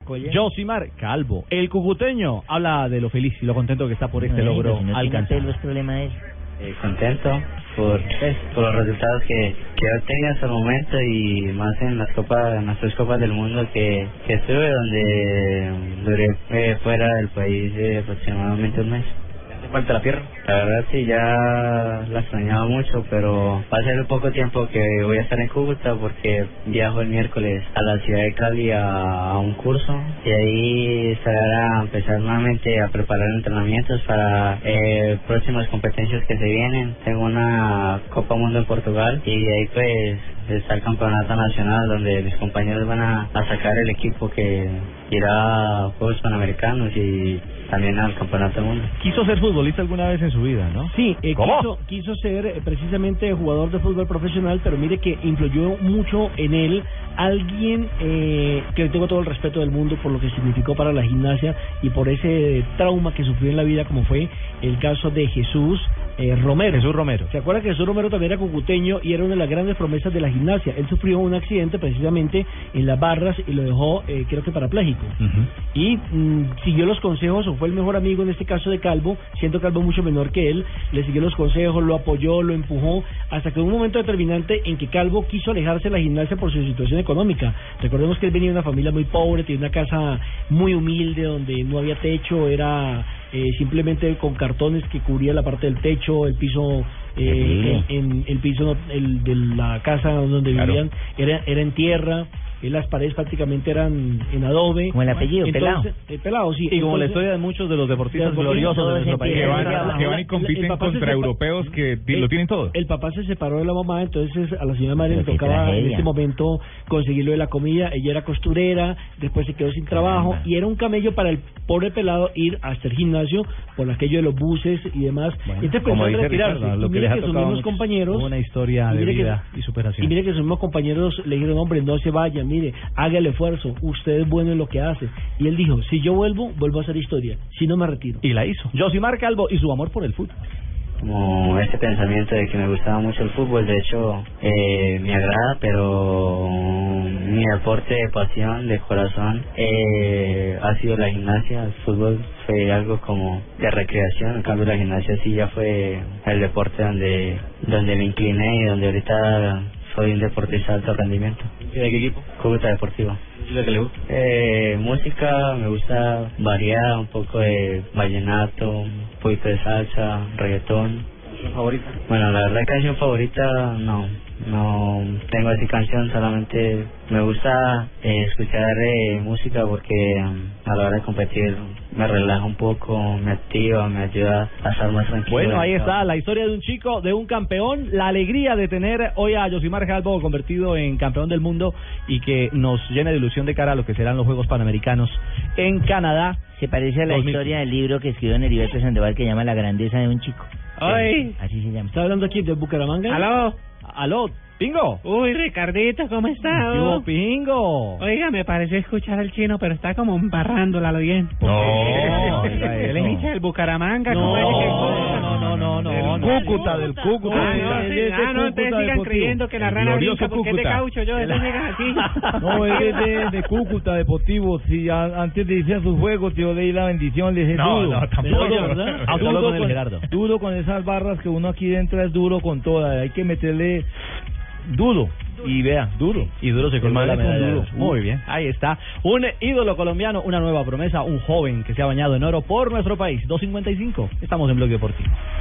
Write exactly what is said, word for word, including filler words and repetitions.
Josimar Calvo, el cucuteño, habla de lo feliz y lo contento que está por este no, logro no alcanzado. los problemas eh, contento por, pues, por los resultados que, que he obtenido hasta el momento y más en las copas, en las tres copas del mundo que, que estuve, donde duré eh, fuera del país eh, aproximadamente un mes. ¿Te falta la pierna? La verdad sí, ya la extrañaba mucho, pero va a ser el poco tiempo que voy a estar en Cúcuta porque viajo el miércoles a la ciudad de Cali a, a un curso y ahí estaré a empezar nuevamente a preparar entrenamientos para eh, próximas competencias que se vienen. Tengo una Copa Mundo en Portugal y de ahí pues está el campeonato nacional donde mis compañeros van a, a sacar el equipo que irá a Juegos Panamericanos y también al Campeonato del Mundo. ¿Quiso ser futbolista alguna vez en su vida, no? Sí, eh, ¿Cómo? quiso, quiso ser eh, precisamente jugador de fútbol profesional, pero mire que influyó mucho en él alguien eh, que le tengo todo el respeto del mundo por lo que significó para la gimnasia y por ese trauma que sufrió en la vida, como fue el caso de Jesús eh, Romero. Jesús Romero. ¿Se acuerda que Jesús Romero también era cucuteño y era una de las grandes promesas de la gimnasia? Él sufrió un accidente precisamente en las barras y lo dejó, eh, creo que parapléjico. Uh-huh. Y mmm, siguió los consejos, o fue el mejor amigo en este caso de Calvo, siendo Calvo mucho menor que él, le siguió los consejos, lo apoyó, lo empujó, hasta que hubo un momento determinante en que Calvo quiso alejarse de la gimnasia por su situación económica. Recordemos que él venía de una familia muy pobre, tenía una casa muy humilde donde no había techo, era eh, simplemente con cartones que cubría la parte del techo, el piso eh, en, en el piso el, de la casa donde claro. vivían era era en tierra. Eh, las paredes prácticamente eran en adobe. Como el apellido, entonces, Pelao. Eh, Pelao, sí. Y entonces, como la historia de muchos de los deportistas de gloriosos de nuestro país. Que van, el, que van y compiten contra europeos que el, lo tienen todo. El papá se separó de la mamá, entonces a la señora madre Pero le tocaba tragedia. en este momento conseguirlo de la comida. Ella era costurera, después se quedó sin trabajo Caramba. y era un camello para el pobre pelado ir hasta el gimnasio por aquello de los buses y demás. Bueno, este pensó como en dice retirarse. Ricardo, lo Y que mire les ha que sus tocado mismos mucho. compañeros, Una historia y de mire que- vida y superación. Y mire que sus mismos compañeros le dijeron, hombre, no se vaya, mire, haga el esfuerzo, usted es bueno en lo que hace. Y él dijo, si yo vuelvo, vuelvo a hacer historia, si no me retiro. Y la hizo. Josimar Calvo y su amor por el fútbol. Como este pensamiento de que me gustaba mucho el fútbol, de hecho eh, me agrada, pero mi deporte de pasión, de corazón, eh, ha sido la gimnasia. El fútbol fue algo como de recreación, en cambio la gimnasia sí ya fue el deporte donde donde me incliné y donde ahorita soy un deportista de alto rendimiento. ¿Y de qué equipo? Cúcuta Deportiva. ¿Y de qué le gusta? Eh, música, me gusta variada, un poco de vallenato, un poquito de salsa, reggaetón. ¿Su favorita? Bueno, la verdad, canción favorita no, no tengo así canción, solamente me gusta eh, escuchar eh, música porque um, a la hora de competir me relaja un poco, me activa, me ayuda a estar más tranquilo. Bueno, ahí está la historia de un chico, de un campeón, la alegría de tener hoy a Josimar Calvo convertido en campeón del mundo y que nos llena de ilusión de cara a lo que serán los Juegos Panamericanos en Canadá. Se parece a la dos mil. historia del libro que escribió Heriberto Sandoval que llama La grandeza de un chico. Ay. Así se llama. ¿Está hablando aquí de Bucaramanga? ¿Aló? Aló, Pingo. Uy, Ricardito, ¿cómo está? ¿Qué hubo, Pingo? Oiga, me pareció escuchar al chino, pero está como embarrándola lo bien. No, Él oiga es eso. hincha del Bucaramanga. No, ¿cómo es que- no, no, no, no, Del no. Cúcuta, del Cúcuta. Ah, no, sí, Es de ah, no, ustedes Cúcuta sigan Deportivo. creyendo que la El rana glorioso brinca porque es de Cúcuta. caucho, yo, eso sigan así. No, es de, de, de Cúcuta Deportivo. Si a- antes de irse a sus juegos, yo leí la bendición, le dije No, duro. no, tampoco. Duro, ¿verdad? Ah, usted habló con el Gerardo. duro con esas barras que uno aquí dentro es duro con todas. Hay que meterle duro. Y vea, duro. Y duro se colmó El la man es un medalla. duro. Muy bien, ahí está. Un ídolo colombiano, una nueva promesa, un joven que se ha bañado en oro por nuestro país. dos cincuenta y cinco. Estamos en Blog Deportivo.